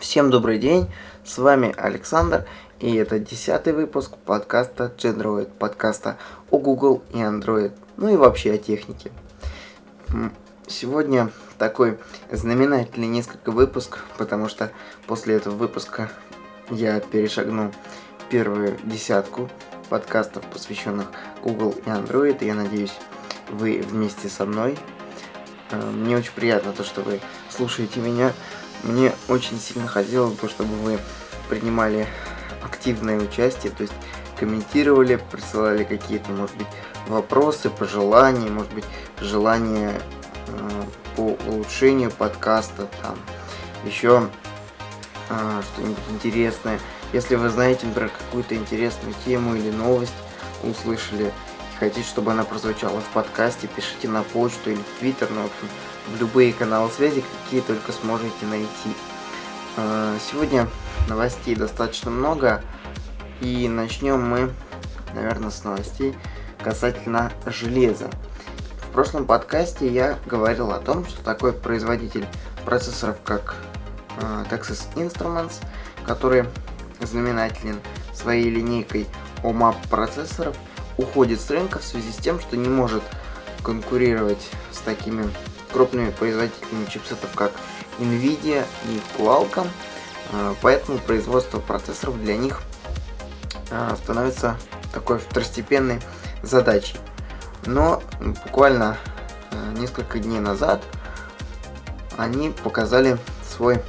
Всем добрый день, с вами Александр, и это 10-й выпуск подкаста Gendroid, подкаста о Google и Android, ну и вообще о технике. Сегодня такой знаменательный несколько выпуск, потому что после этого выпуска я перешагну первую десятку подкастов, посвященных Google и Android, и я надеюсь, вы вместе со мной. Мне очень приятно то, что вы слушаете меня. Мне очень сильно хотелось бы, чтобы вы принимали активное участие, то есть комментировали, присылали какие-то, может быть, вопросы, пожелания, может быть, желания по улучшению подкаста, там, еще что-нибудь интересное. Если вы знаете, например, какую-то интересную тему или новость услышали, и хотите, чтобы она прозвучала в подкасте, пишите на почту или в Твиттер, ну, в общем, в любые каналы связи, какие только сможете найти. Сегодня новостей достаточно много, и начнем мы, наверное, с новостей касательно железа. В прошлом подкасте я говорил о том, что такой производитель процессоров, как Texas Instruments, который знаменателен своей линейкой OMAP процессоров, уходит с рынка в связи с тем, что не может конкурировать с такими крупными производителями чипсетов, как Nvidia и Qualcomm, поэтому производство процессоров для них становится такой второстепенной задачей. Но буквально несколько дней назад они показали свою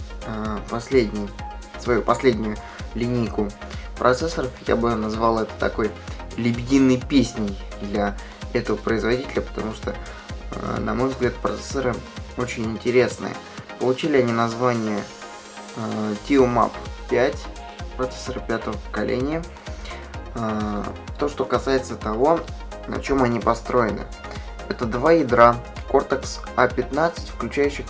последнюю линейку процессоров. Я бы назвал это такой лебединой песней для этого производителя, потому что, на мой взгляд, процессоры очень интересные. Получили они название TioMap 5, процессоры 5-го поколения. То, что касается того, на чем они построены. Это два ядра Cortex A15, включающих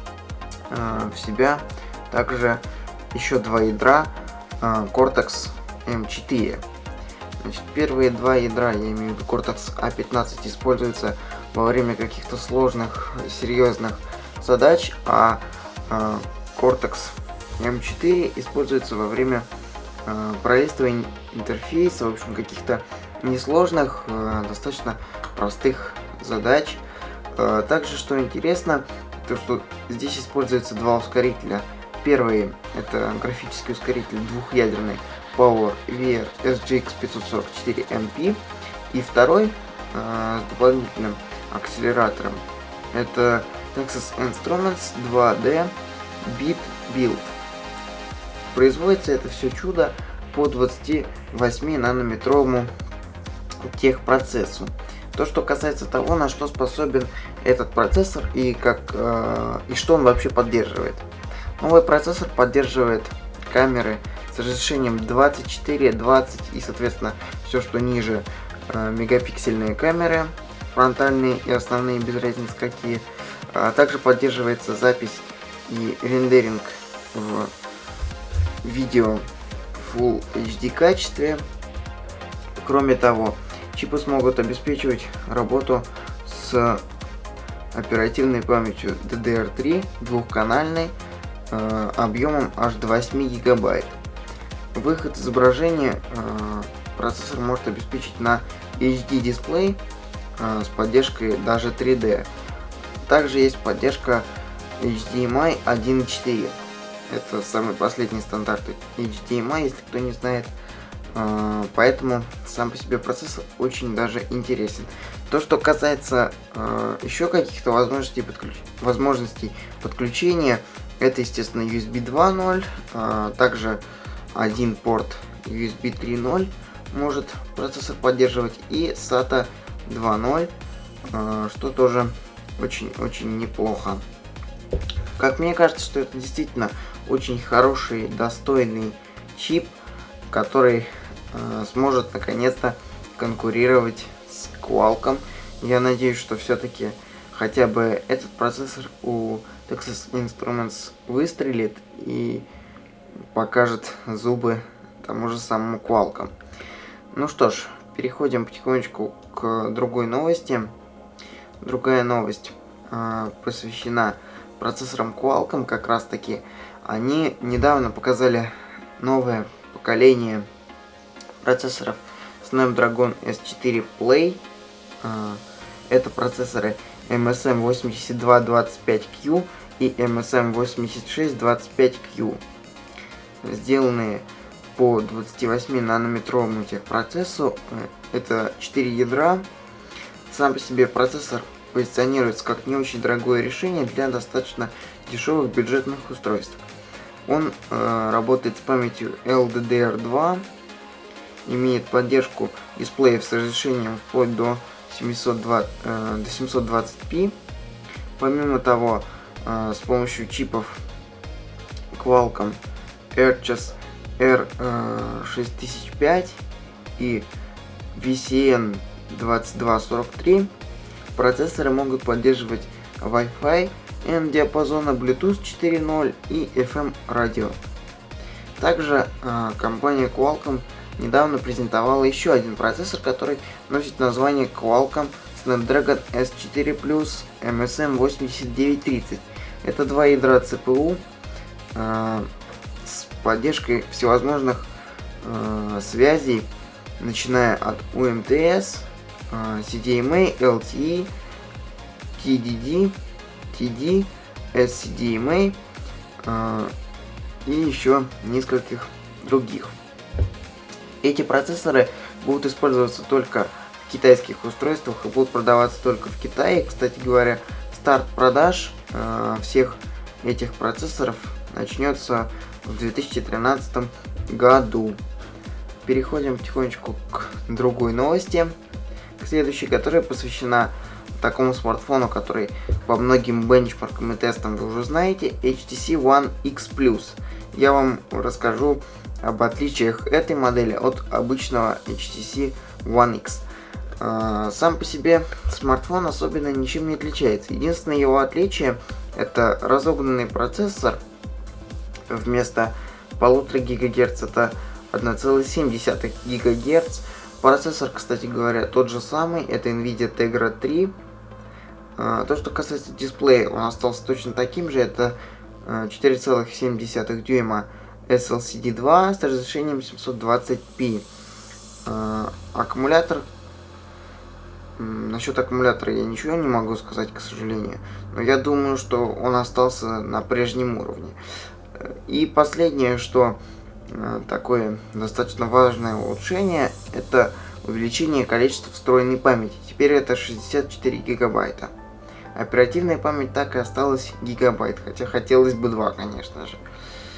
в себя также еще два ядра Cortex M4. Значит, первые два ядра, я имею в виду Cortex A15, используются во время каких-то сложных, серьезных задач, а Cortex M4 используется во время пролистывания интерфейса, в общем, каких-то несложных, достаточно простых задач. Также, что интересно, то что здесь используются два ускорителя. Первый — это графический ускоритель двухъядерный PowerVR SGX 544MP, и второй с дополнительным акселератором — это Texas Instruments 2D Bit Build. Производится это все чудо по 28-нанометровому техпроцессу. То, что касается того, на что способен этот процессор и что он вообще поддерживает. Новый процессор поддерживает камеры с разрешением 24, 20 и, соответственно, все, что ниже, мегапиксельные камеры, фронтальные и основные, без разницы какие. Также поддерживается запись и рендеринг в видео Full HD качестве. Кроме того, чипы смогут обеспечивать работу с оперативной памятью DDR3 двухканальной объемом аж до 8 гигабайт. Выход изображения процессор может обеспечить на HD дисплей с поддержкой даже 3D. Также есть поддержка HDMI 1.4. Это самый последний стандарт HDMI, если кто не знает. Поэтому сам по себе процессор очень даже интересен. То, что касается еще каких-то возможностей подключения, это, естественно, USB 2.0, также один порт USB 3.0 может процессор поддерживать, и SATA 2.0, что тоже очень-очень неплохо. Как мне кажется, что это действительно очень хороший, достойный чип, который сможет наконец-то конкурировать с Qualcomm. Я надеюсь, что все-таки хотя бы этот процессор у Texas Instruments выстрелит и покажет зубы тому же самому Qualcomm. Ну что ж, переходим потихонечку к другой новости. Другая новость посвящена процессорам Qualcomm, как раз таки Они недавно показали новое поколение процессоров Snapdragon S4 Play. Это процессоры MSM8225Q и MSM8625Q, сделанные по 28-нанометровому техпроцессу. Это 4 ядра. Сам по себе процессор позиционируется как не очень дорогое решение для достаточно дешевых бюджетных устройств. Он работает с памятью LDDR2, имеет поддержку дисплеев с разрешением вплоть до 720p. Помимо того, с помощью чипов Qualcomm Archos R6005 и VCN2243 процессоры могут поддерживать Wi-Fi, N-диапазона, Bluetooth 4.0 и FM радио. Также компания Qualcomm недавно презентовала еще один процессор, который носит название Qualcomm Snapdragon S4 Plus MSM8930. Это два ядра CPU с поддержкой всевозможных связей, начиная от UMTS, CDMA, LTE, TDD, TD, SCDMA и еще нескольких других. Эти процессоры будут использоваться только в китайских устройствах и будут продаваться только в Китае. Кстати говоря, старт продаж всех этих процессоров начнется в 2013 году. Переходим потихонечку к другой новости, к следующей, которая посвящена такому смартфону, который по многим бенчмаркам и тестам вы уже знаете, HTC One X Plus. Я вам расскажу об отличиях этой модели от обычного HTC One X. Сам по себе смартфон особенно ничем не отличается. Единственное его отличие — это разогнанный процессор. Вместо 1,5 ГГц это 1,7 ГГц. Процессор, кстати говоря, тот же самый, это NVIDIA Tegra 3. То, что касается дисплея, он остался точно таким же, это 4,7 дюйма SLCD 2 с разрешением 720p. Аккумулятор. Насчет аккумулятора я ничего не могу сказать, к сожалению, но я думаю, что он остался на прежнем уровне. И последнее, что такое достаточно важное улучшение, это увеличение количества встроенной памяти. Теперь это 64 гигабайта. Оперативная память так и осталась гигабайт, хотя хотелось бы 2, конечно же.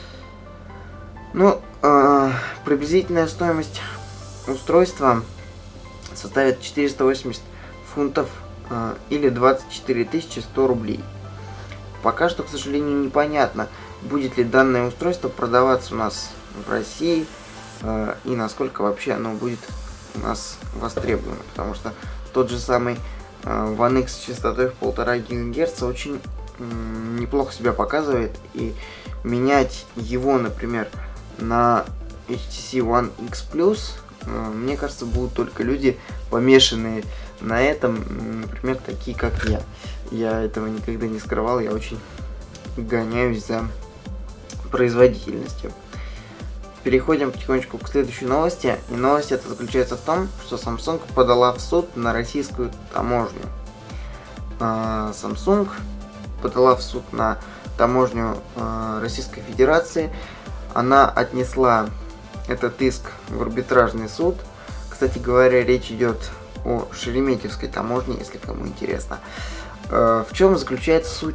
Ну, приблизительная стоимость устройства составит 480 фунтов или 24 100 рублей. Пока что, к сожалению, непонятно, будет ли данное устройство продаваться у нас в России и насколько вообще оно будет у нас востребовано, потому что тот же самый One X с частотой в 1,5 ГГц очень неплохо себя показывает, и менять его, например, на HTC One X Plus, мне кажется, будут только люди, помешанные на этом, например, такие как я. Я этого никогда не скрывал, я очень гоняюсь за производительностью. Переходим потихонечку к следующей новости. И новость эта заключается в том, что Samsung подала в суд на российскую таможню. Samsung подала в суд на таможню Российской Федерации. Она отнесла этот иск в арбитражный суд. Кстати говоря, речь идет о Шереметьевской таможне, если кому интересно. В чем заключается суть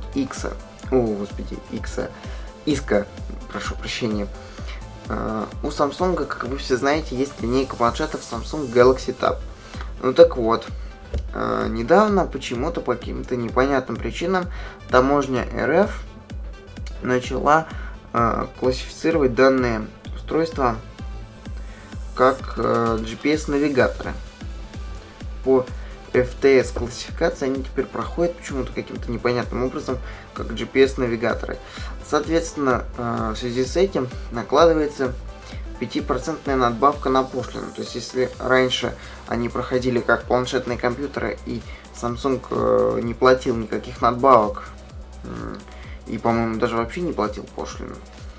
иска, прошу прощения. У Samsung, как вы все знаете, есть линейка планшетов Samsung Galaxy Tab. Ну так вот, недавно почему-то по каким-то непонятным причинам таможня РФ начала классифицировать данные устройства как GPS-навигаторы. По FTS классификации они теперь проходят почему-то каким-то непонятным образом как GPS-навигаторы. Соответственно, в связи с этим накладывается 5% надбавка на пошлину. То есть, если раньше они проходили как планшетные компьютеры и Samsung не платил никаких надбавок и, по-моему, даже вообще не платил пошлину,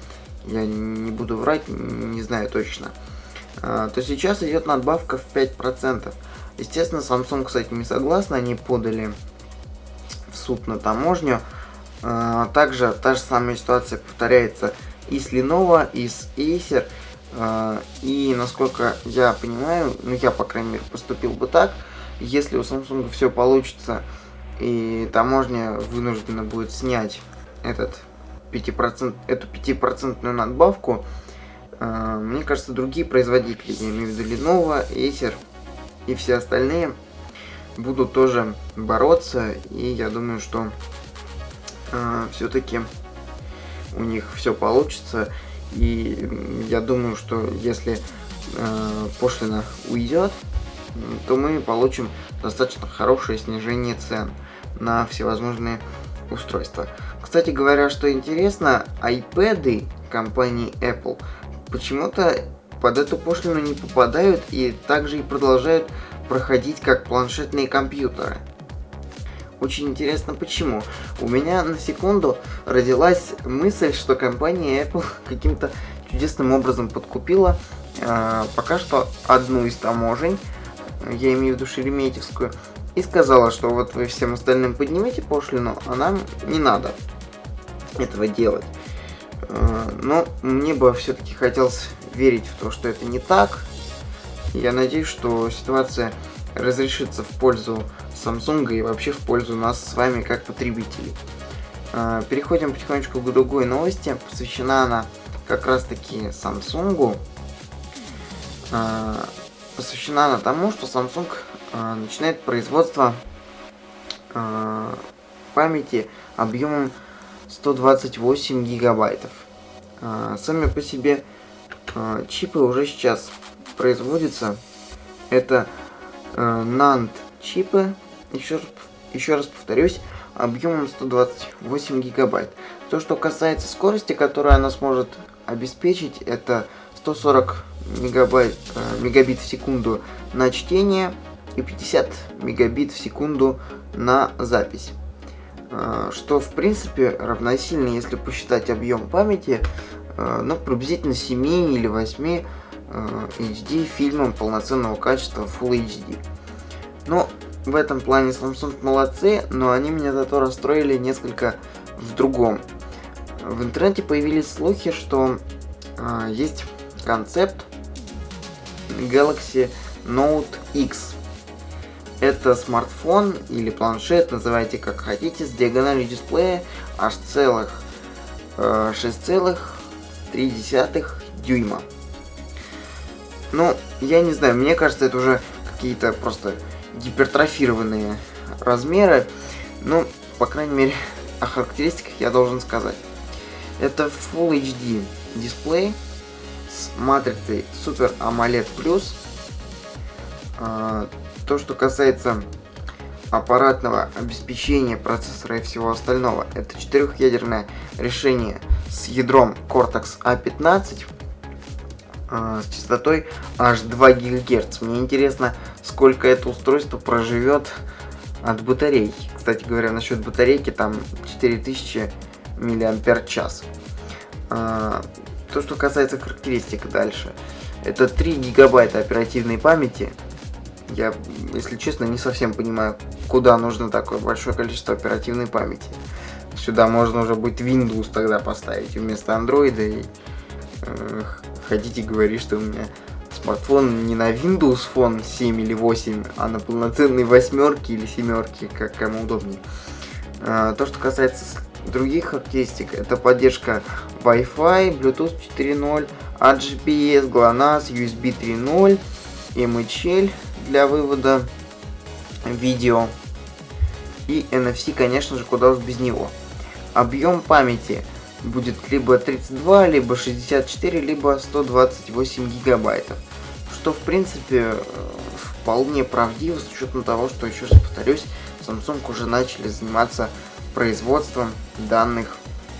я не буду врать, не знаю точно, то сейчас идет надбавка в 5%. Естественно, Samsung с этим не согласна, они подали в суд на таможню. Также та же самая ситуация повторяется и с Lenovo, и с Acer. И насколько я понимаю, ну я, по крайней мере, поступил бы так, если у Samsung все получится и таможня вынуждена будет снять эту 5% надбавку, мне кажется, другие производители, я имею в виду Lenovo, Acer и все остальные, будут тоже бороться, и я думаю, что все-таки у них все получится, и я думаю, что если пошлина уйдет, то мы получим достаточно хорошее снижение цен на всевозможные устройства. Кстати говоря, что интересно, iPad компании Apple почему-то под эту пошлину не попадают и также и продолжают проходить как планшетные компьютеры. Очень интересно почему. У меня на секунду родилась мысль, что компания Apple каким-то чудесным образом подкупила пока что одну из таможень, я имею в виду Шереметьевскую, и сказала, что вот вы всем остальным поднимите пошлину, а нам не надо этого делать. Но мне бы все-таки хотелось верить в то, что это не так. Я надеюсь, что ситуация разрешится в пользу Samsung и вообще в пользу нас с вами как потребителей. Переходим потихонечку к другой новости. Посвящена она как раз таки Samsung. Посвящена она тому, что Samsung начинает производство памяти объемом 128 гигабайтов. Сами по себе чипы уже сейчас производятся. Это NAND чипы, еще раз повторюсь, объемом 128 гигабайт. То, что касается скорости, которую она сможет обеспечить, это 140 мегабит в секунду на чтение и 50 мегабит в секунду на запись. Что в принципе равносильно, если посчитать объем памяти, ну, приблизительно 7 или 8 HD фильмам полноценного качества Full HD. Но в этом плане Samsung молодцы, но они меня зато расстроили несколько в другом. В интернете появились слухи, что есть концепт Galaxy Note X. Это смартфон или планшет, называйте как хотите, с диагональю дисплея аж целых 6,3 дюйма. Ну, я не знаю, мне кажется, это уже какие-то просто гипертрофированные размеры. Ну, по крайней мере, о характеристиках я должен сказать. Это Full HD дисплей с матрицей Super AMOLED Plus. То, что касается аппаратного обеспечения процессора и всего остального, это 4-ядерное решение с ядром Cortex A15 с частотой аж 2 ГГц. Мне интересно, сколько это устройство проживет от батарейки. Кстати говоря, насчет батарейки, там 4000 мАч. То, что касается характеристик дальше, это 3 гигабайта оперативной памяти. Я, если честно, не совсем понимаю, куда нужно такое большое количество оперативной памяти. Сюда можно уже будет Windows тогда поставить вместо Android и хотите говорить, что у меня смартфон не на Windows Phone 7 или 8, а на полноценной 8 или 7, как кому удобнее. То, что касается других характеристик, это поддержка Wi-Fi, Bluetooth 4.0, RGBS, GLONASS, USB 3.0, MHL для вывода видео и NFC, конечно же, куда уж без него. Объем памяти будет либо 32, либо 64, либо 128 гигабайтов, что в принципе вполне правдиво с учетом того, что, еще раз повторюсь, Samsung уже начали заниматься производством данных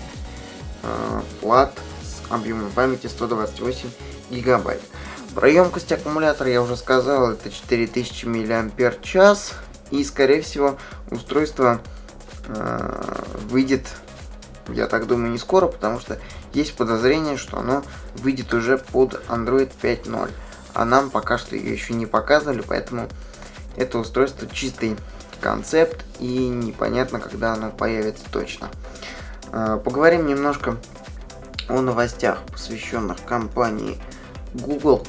плат с объемом памяти 128 гигабайт. Про емкость аккумулятора я уже сказал, это 4000 мАч, и скорее всего устройство выйдет, я так думаю, не скоро, потому что есть подозрение, что оно выйдет уже под Android 5.0. А нам пока что ее еще не показывали, поэтому это устройство чистый концепт и непонятно, когда оно появится точно. Поговорим немножко о новостях, посвященных компании Google.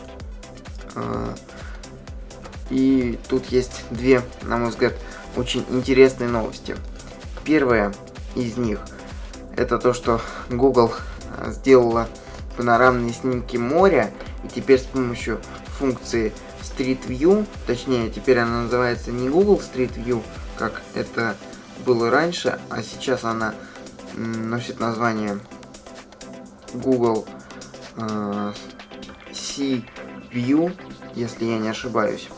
И тут есть две, на мой взгляд, очень интересные новости. Первая из них это то, что Google сделала панорамные снимки моря, и теперь с помощью функции Street View, точнее теперь она называется не Google Street View, как это было раньше, а сейчас она носит название Google Sea View, если я не ошибаюсь.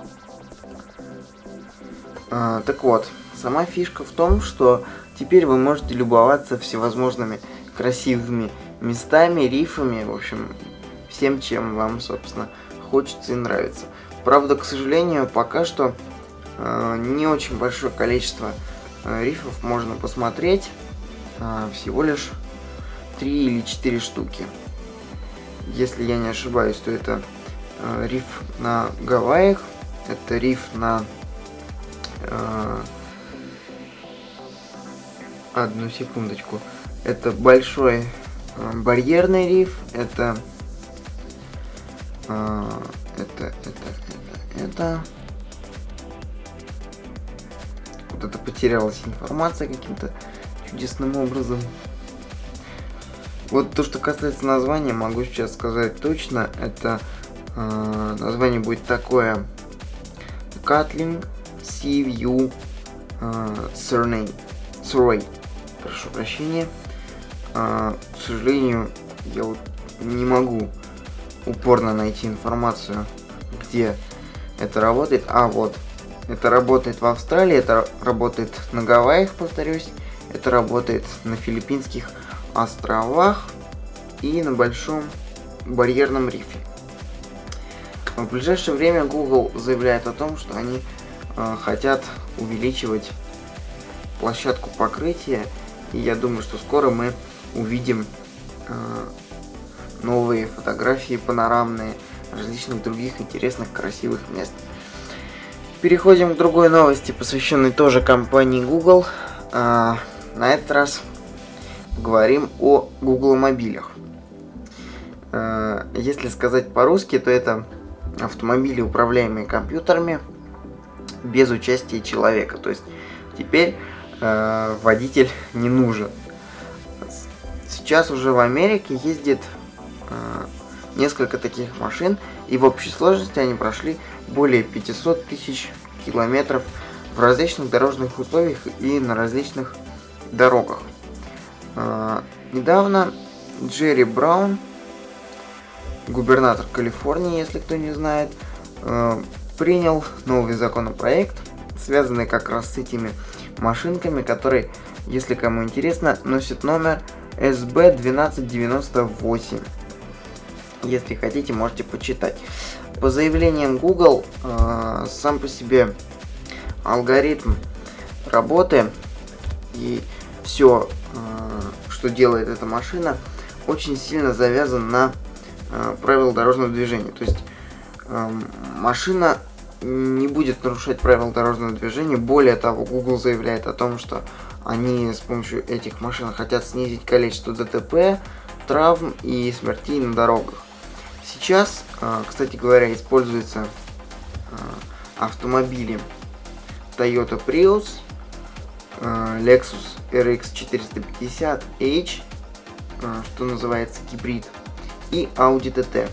Так вот, сама фишка в том, что теперь вы можете любоваться всевозможными красивыми местами, рифами, в общем, всем, чем вам, собственно, хочется и нравится. Правда, к сожалению, пока что не очень большое количество рифов можно посмотреть, всего лишь 3 или 4 штуки. Если я не ошибаюсь, то это риф на Гавайях, это риф на... одну секундочку. Это большой барьерный риф, это вот это потерялась информация каким-то чудесным образом. Вот то, что касается названия, могу сейчас сказать точно. Это название будет такое: Catling Sea View Survey. Прошу прощения. К сожалению, я вот не могу упорно найти информацию, где это работает. Вот. Это работает в Австралии, это работает на Гавайях, повторюсь. Это работает на Филиппинских островах и на Большом барьерном рифе. В ближайшее время Google заявляет о том, что они хотят увеличивать площадку покрытия, и я думаю, что скоро мы увидим новые фотографии панорамные различных других интересных, красивых мест. Переходим к другой новости, посвященной тоже компании Google. На этот раз говорим о Google мобилях. Если сказать по-русски, то это автомобили, управляемые компьютерами без участия человека. То есть теперь водитель не нужен. Сейчас уже в Америке ездит несколько таких машин, и в общей сложности они прошли более 500 тысяч километров в различных дорожных условиях и на различных дорогах. Недавно Джерри Браун, губернатор Калифорнии, если кто не знает, принял новый законопроект, связанный как раз с этими машинками, который, если кому интересно, носит номер SB1298. Если хотите, можете почитать. По заявлениям Google, сам по себе алгоритм работы и все, что делает эта машина, очень сильно завязан на правила дорожного движения. То есть машина не будет нарушать правила дорожного движения. Более того, Google заявляет о том, что они с помощью этих машин хотят снизить количество ДТП, травм и смертей на дорогах. Сейчас, кстати говоря, используются автомобили Toyota Prius, Lexus RX 450H, что называется гибрид, и Audi TT.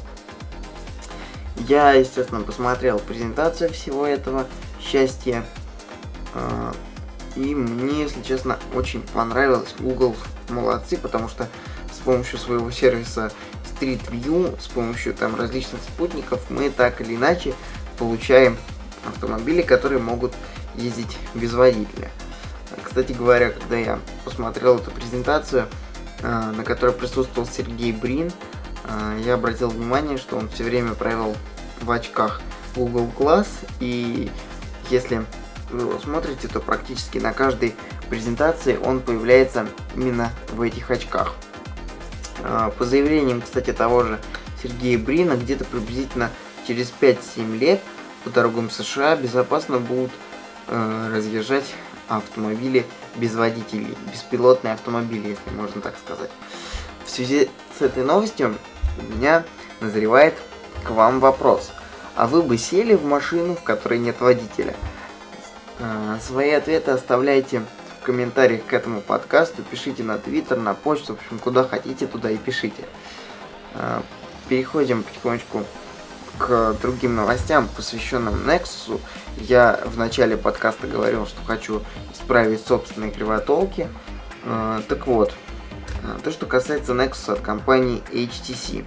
Я, естественно, посмотрел презентацию всего этого счастья, и мне, если честно, очень понравилось. Google молодцы, потому что с помощью своего сервиса Street View, с помощью там различных спутников, мы так или иначе получаем автомобили, которые могут ездить без водителя. Кстати говоря, когда я посмотрел эту презентацию, на которой присутствовал Сергей Брин, я обратил внимание, что он все время провел в очках Google Glass, и если вы его смотрите, то практически на каждой презентации он появляется именно в этих очках. По заявлениям, кстати, того же Сергея Брина, где-то приблизительно через 5-7 лет по дорогам США безопасно будут разъезжать автомобили без водителей, беспилотные автомобили, если можно так сказать. В связи с этой новостью у меня назревает к вам вопрос. А вы бы сели в машину, в которой нет водителя? Свои ответы оставляйте в комментариях к этому подкасту, пишите на Twitter, на почту, в общем, куда хотите, туда и пишите. Переходим потихонечку к другим новостям, посвященным Nexus. Я в начале подкаста говорил, что хочу исправить собственные кривотолки. Так вот, то, что касается Nexus от компании HTC.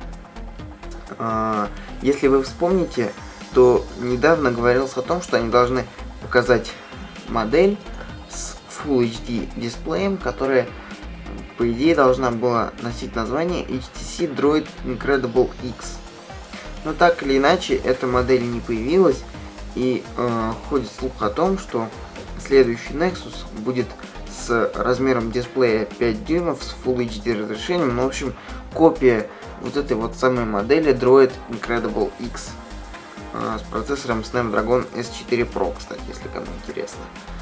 Если вы вспомните, то недавно говорилось о том, что они должны показать модель с Full HD дисплеем, которая, по идее, должна была носить название HTC Droid Incredible X. Но так или иначе, эта модель не появилась, и ходит слух о том, что следующий Nexus будет с размером дисплея 5 дюймов, с Full HD разрешением, ну, в общем, копия вот этой вот самой модели Droid Incredible X с процессором Snapdragon S4 Pro, кстати, если кому интересно.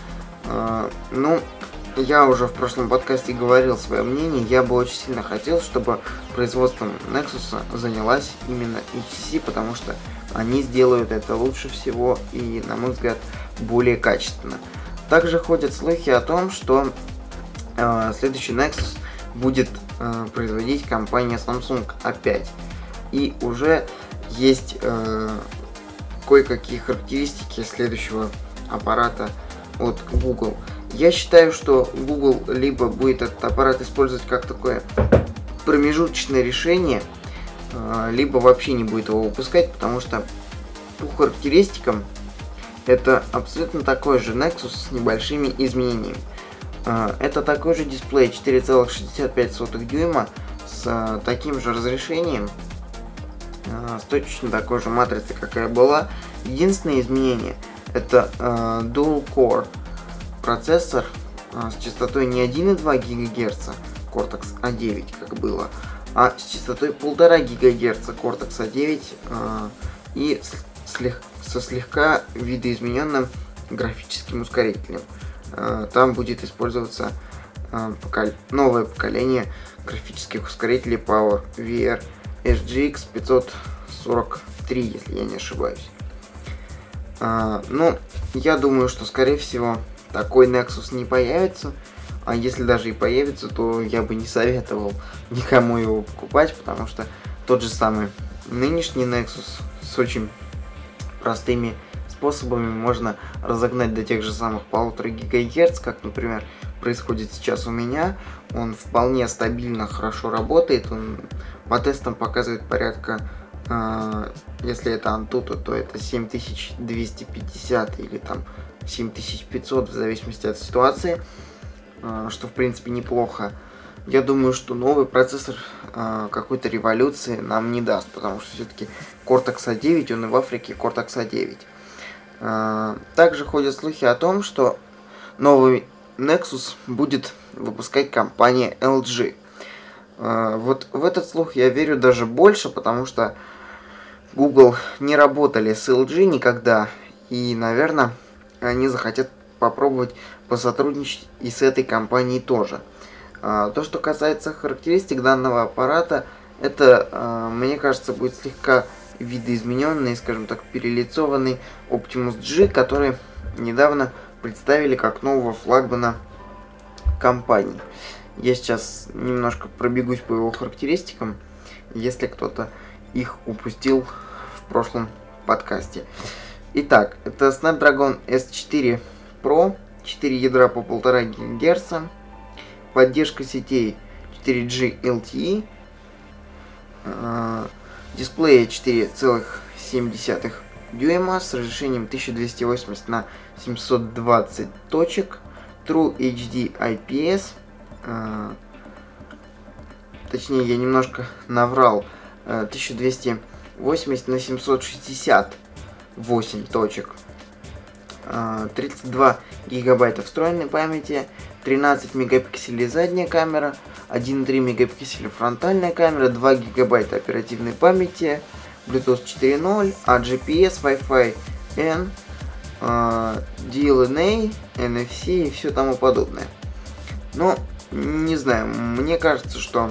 Ну, я уже в прошлом подкасте говорил свое мнение, я бы очень сильно хотел, чтобы производством Nexus занялась именно HTC, потому что они сделают это лучше всего и, на мой взгляд, более качественно. Также ходят слухи о том, что следующий Nexus будет производить компания Samsung опять. И уже есть кое-какие характеристики следующего аппарата от Google. Я считаю, что Google либо будет этот аппарат использовать как такое промежуточное решение, либо вообще не будет его выпускать, потому что по характеристикам это абсолютно такой же Nexus с небольшими изменениями. Это такой же дисплей 4,65 дюйма с таким же разрешением, с точно такой же матрицей, какая была. Единственное изменение — это Dual Core процессор с частотой не 1,2 ГГц Cortex A9, как было, а с частотой 1,5 ГГц Cortex A9 и со слегка видоизмененным графическим ускорителем. Там будет использоваться новое поколение графических ускорителей PowerVR SGX 543, если я не ошибаюсь. Ну, я думаю, что, скорее всего, такой Nexus не появится. А если даже и появится, то я бы не советовал никому его покупать, потому что тот же самый нынешний Nexus с очень простыми способами можно разогнать до тех же самых 1,5 ГГц, как, например, происходит сейчас у меня. Он вполне стабильно, хорошо работает. Он по тестам показывает порядка, если это Antutu, то это 7250 или там 7500, в зависимости от ситуации, что в принципе неплохо. Я думаю, что новый процессор какой-то революции нам не даст, потому что все-таки Cortex A9, он и в Африке Cortex A9. Также ходят слухи о том, что новый Nexus будет выпускать компания LG. Вот в этот слух я верю даже больше, потому что Google не работали с LG никогда, и, наверное, они захотят попробовать посотрудничать и с этой компанией тоже. То, что касается характеристик данного аппарата, это, мне кажется, будет слегка видоизмененный, скажем так, перелицованный Optimus G, который недавно представили как нового флагмана компании. Я сейчас немножко пробегусь по его характеристикам, если кто-то их упустил в прошлом подкасте. Итак, это Snapdragon S4 Pro, 4 ядра по 1,5 ГГц, поддержка сетей 4G LTE, дисплей 4,7 дюйма с разрешением 1280 на 720 точек, True HD IPS, точнее я немножко наврал, 1280 на 768 точек, 32 гигабайта встроенной памяти, 13 мегапикселей задняя камера, 1,3 мегапикселя фронтальная камера, 2 гигабайта оперативной памяти, Bluetooth 4.0, GPS, Wi-Fi N, DLNA, NFC и все тому подобное. Но, не знаю, мне кажется, что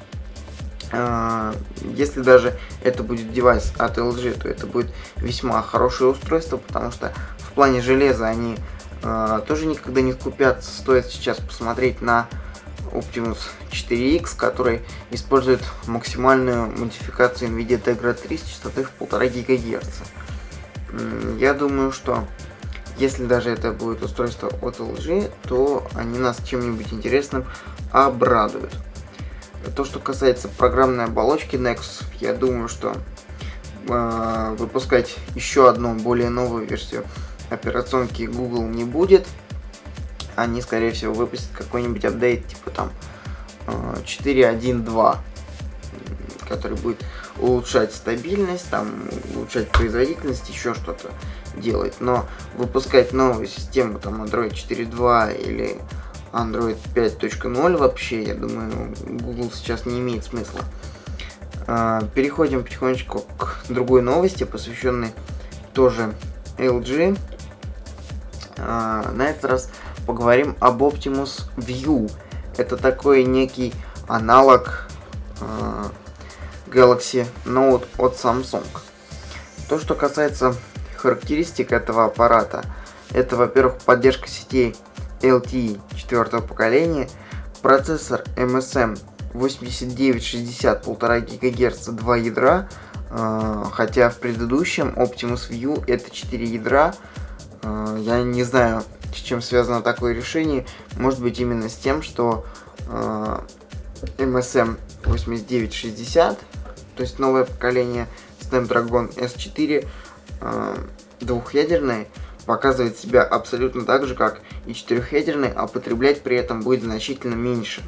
если даже это будет девайс от LG, то это будет весьма хорошее устройство, потому что в плане железа они тоже никогда не скупятся. Стоит сейчас посмотреть на Optimus 4X, который использует максимальную модификацию NVIDIA Tegra 3 с частотой в 1,5 ГГц. Я думаю, что если даже это будет устройство от LG, то они нас чем-нибудь интересным обрадуют. То, что касается программной оболочки Nexus, я думаю, что выпускать еще одну более новую версию операционки Google не будет. Они, скорее всего, выпустят какой-нибудь апдейт, типа там 4.1.2, который будет улучшать стабильность, там, улучшать производительность, еще что-то делать. Но выпускать новую систему, там, Android 4.2 или Android 5.0 вообще, я думаю, Google сейчас не имеет смысла. Переходим потихонечку к другой новости, посвященной тоже LG. На этот раз поговорим об Optimus View. Это такой некий аналог Galaxy Note от Samsung. То, что касается характеристик этого аппарата, это, во-первых, поддержка сетей LTE 4-го поколения, процессор MSM 8960 1,5 ГГц 2 ядра, хотя в предыдущем Optimus View это 4 ядра. Я не знаю, с чем связано такое решение. Может быть, именно с тем, что MSM 8960, то есть новое поколение Snapdragon S4, двухъядерный, показывает себя абсолютно так же, как и четырехъядерный, а потреблять при этом будет значительно меньше.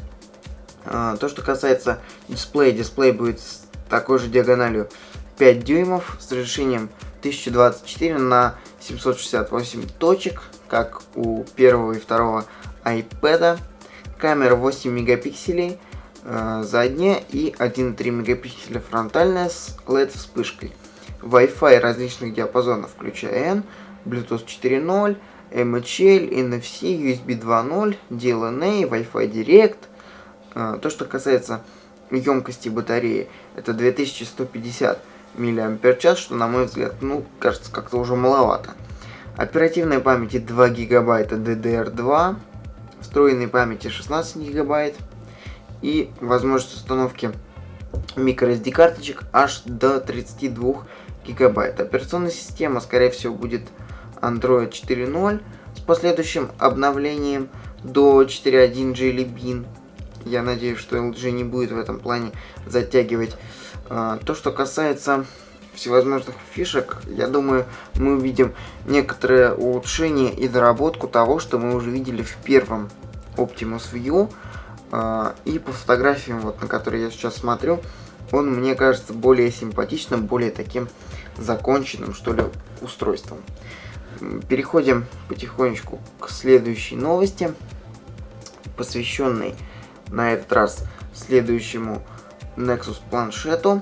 То, что касается дисплея, дисплей будет с такой же диагональю 5 дюймов с разрешением 1024 на 768 точек, как у первого и второго iPad. Камера 8 мегапикселей задняя и 1,3 мегапикселя фронтальная с LED вспышкой. Wi-Fi различных диапазонов, включая N, Bluetooth 4.0, MHL, NFC, USB 2.0, DLNA, Wi-Fi Direct. То, что касается емкости батареи, это 2150 мАч, что, на мой взгляд, кажется, как-то уже маловато. Оперативной памяти 2 гигабайта DDR2, встроенной памяти 16 гигабайт и возможность установки microSD карточек аж до 32 гигабайт. Операционная система, скорее всего, будет Android 4.0 с последующим обновлением до 4.1 Jelly Bean. Я надеюсь, что LG не будет в этом плане затягивать. То, что касается всевозможных фишек, я думаю, мы увидим некоторое улучшение и доработку того, что мы уже видели в первом Optimus View. И по фотографиям, вот, на которые я сейчас смотрю, он мне кажется более симпатичным, более таким законченным, что ли, устройством. Переходим потихонечку к следующей новости, посвященной на этот раз следующему Nexus планшету.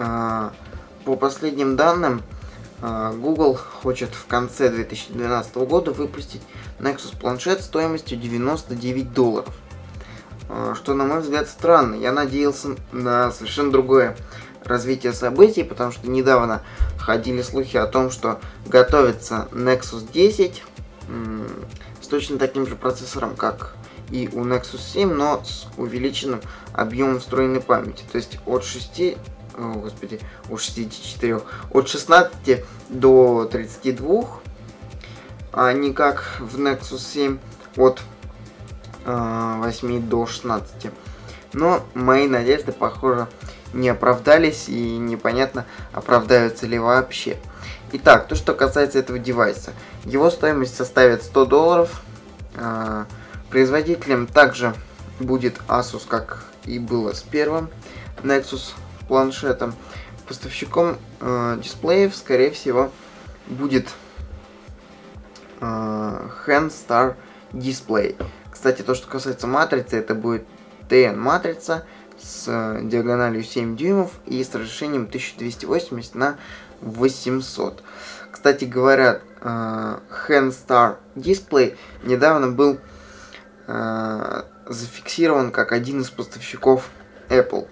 По последним данным, Google хочет в конце 2012 года выпустить Nexus планшет стоимостью $99. Что, на мой взгляд, странно. Я надеялся на совершенно другое развитие событий, потому что недавно ходили слухи о том, что готовится Nexus 10 с точно таким же процессором, как и у Nexus 7, но с увеличенным объемом встроенной памяти. То есть от 16 до 32, а не как в Nexus 7 от 8 до 16. Но мои надежды, похоже, не оправдались, и непонятно, оправдаются ли вообще. Итак, то, что касается этого девайса. Его стоимость составит $100. Производителем также будет Asus, как и было с первым Nexus планшетом. Поставщиком дисплеев, скорее всего, будет Handstar Display. Кстати, то, что касается матрицы, это будет TN-матрица с диагональю 7 дюймов и с разрешением 1280 на 800. Кстати говоря, Handstar Display недавно был зафиксирован как один из поставщиков Apple.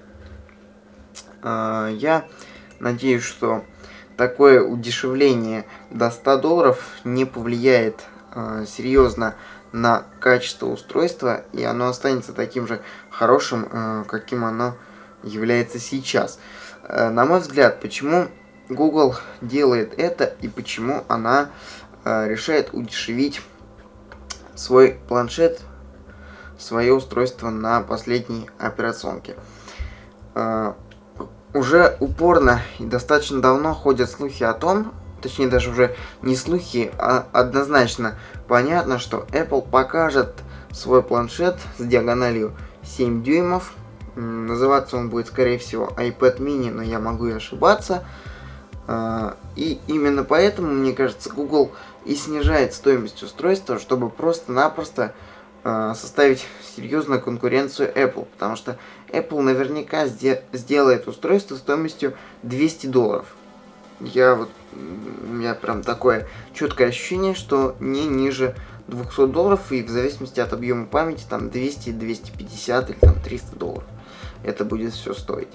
Я надеюсь, что такое удешевление до $100 не повлияет серьезно на качество устройства, и оно останется таким же хорошим, каким оно является сейчас. На мой взгляд, почему Google делает это и почему она решает удешевить свой планшет, свое устройство на последней операционке. Уже упорно и достаточно давно ходят слухи о том, точнее даже уже не слухи, а однозначно понятно, что Apple покажет свой планшет с диагональю 7 дюймов. Называться он будет, скорее всего, iPad mini, но я могу и ошибаться. И именно поэтому, мне кажется, Google и снижает стоимость устройства, чтобы просто-напросто составить серьезную конкуренцию Apple, потому что Apple наверняка сделает устройство стоимостью $200. У меня прям такое четкое ощущение, что не ниже $200, и в зависимости от объема памяти там 200, 250 или там $300 это будет все стоить.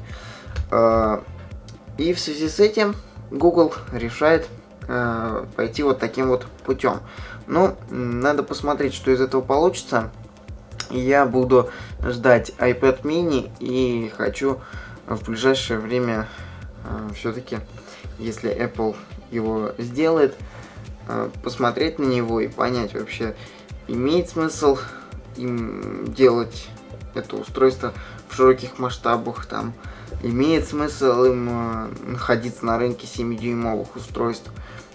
И в связи с этим Google решает пойти вот таким вот путем. Ну, надо посмотреть, что из этого получится. Я буду ждать iPad mini и хочу в ближайшее время все-таки, если Apple его сделает, посмотреть на него и понять вообще, имеет смысл им делать это устройство в широких масштабах, там, имеет смысл им находиться на рынке 7-дюймовых устройств.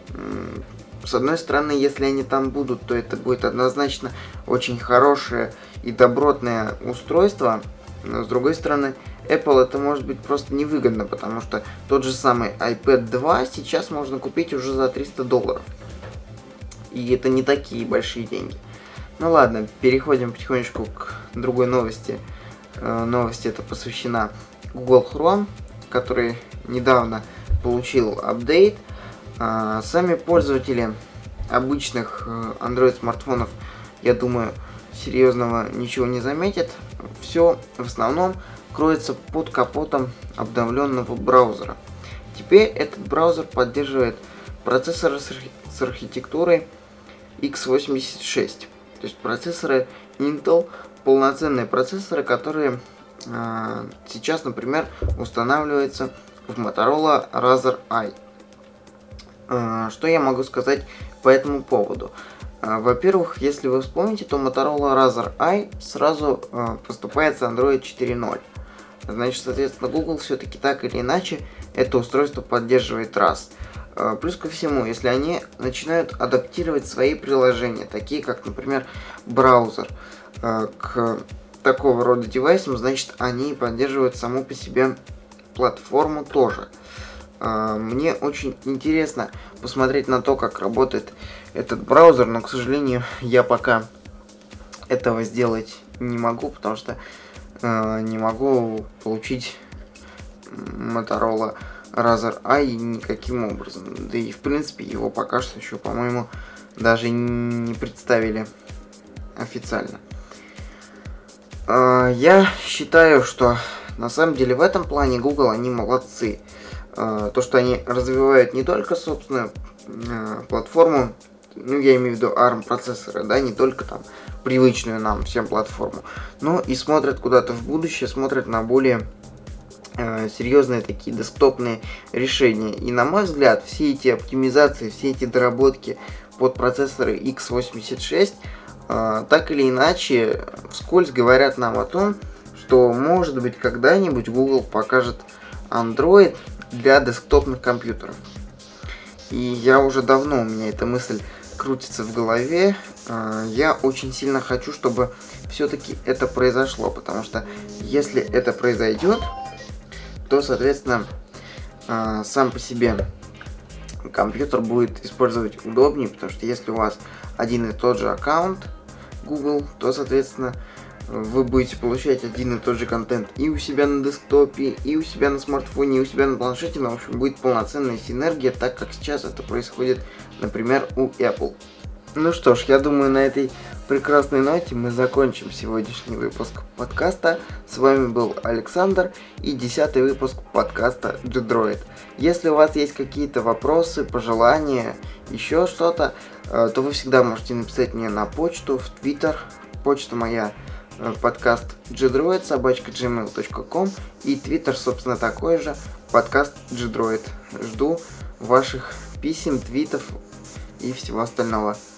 С одной стороны, если они там будут, то это будет однозначно очень хорошее и добротное устройство, но с другой стороны, Apple это может быть просто невыгодно, потому что тот же самый iPad 2 сейчас можно купить уже за $300. И это не такие большие деньги. Ну ладно, переходим потихонечку к другой новости. Новость эта посвящена Google Chrome, который недавно получил апдейт. Сами пользователи обычных Android смартфонов, я думаю, серьезного ничего не заметят. Все в основном кроется под капотом обновленного браузера. Теперь этот браузер поддерживает процессоры с архитектурой x86. То есть процессоры Intel, полноценные процессоры, которые сейчас, например, устанавливаются в Motorola Razr i. Что я могу сказать по этому поводу? Во-первых, если вы вспомните, то Motorola Razr i сразу поступает с Android 4.0. Значит, соответственно, Google все-таки так или иначе это устройство поддерживает раз. Плюс ко всему, если они начинают адаптировать свои приложения, такие как, например, браузер, к такого рода девайсам, значит, они поддерживают саму по себе платформу тоже. Мне очень интересно посмотреть на то, как работает этот браузер, но, к сожалению, я пока этого сделать не могу, потому что не могу получить Motorola Razr i никаким образом. Да и, в принципе, его пока что еще, по-моему, даже не представили официально. Я считаю, что на самом деле в этом плане Google, они молодцы. То, что они развивают не только собственную платформу, ну, я имею в виду ARM процессоры, да, не только там привычную нам всем платформу, но и смотрят куда-то в будущее, смотрят на более серьезные такие десктопные решения. И на мой взгляд, все эти оптимизации, все эти доработки под процессоры x86 так или иначе вскользь говорят нам о том, что, может быть, когда-нибудь Google покажет Android для десктопных компьютеров. И я уже давно, у меня эта мысль крутится в голове. Я очень сильно хочу, чтобы все-таки это произошло, потому что если это произойдет, то, соответственно, сам по себе компьютер будет использовать удобнее, потому что если у вас один и тот же аккаунт, Google, то, соответственно, вы будете получать один и тот же контент и у себя на десктопе, и у себя на смартфоне, и у себя на планшете. Но, в общем, будет полноценная синергия, так как сейчас это происходит, например, у Apple. Ну что ж, я думаю, на этой прекрасной ноте мы закончим сегодняшний выпуск подкаста. С вами был Александр и 10-й выпуск подкаста G-Droid. Если у вас есть какие-то вопросы, пожелания, еще что-то, то вы всегда можете написать мне на почту, в Twitter. Почта моя подкаст gdroid@gmail.com и Twitter, собственно, такой же, подкаст G-Droid. Жду ваших писем, твитов и всего остального.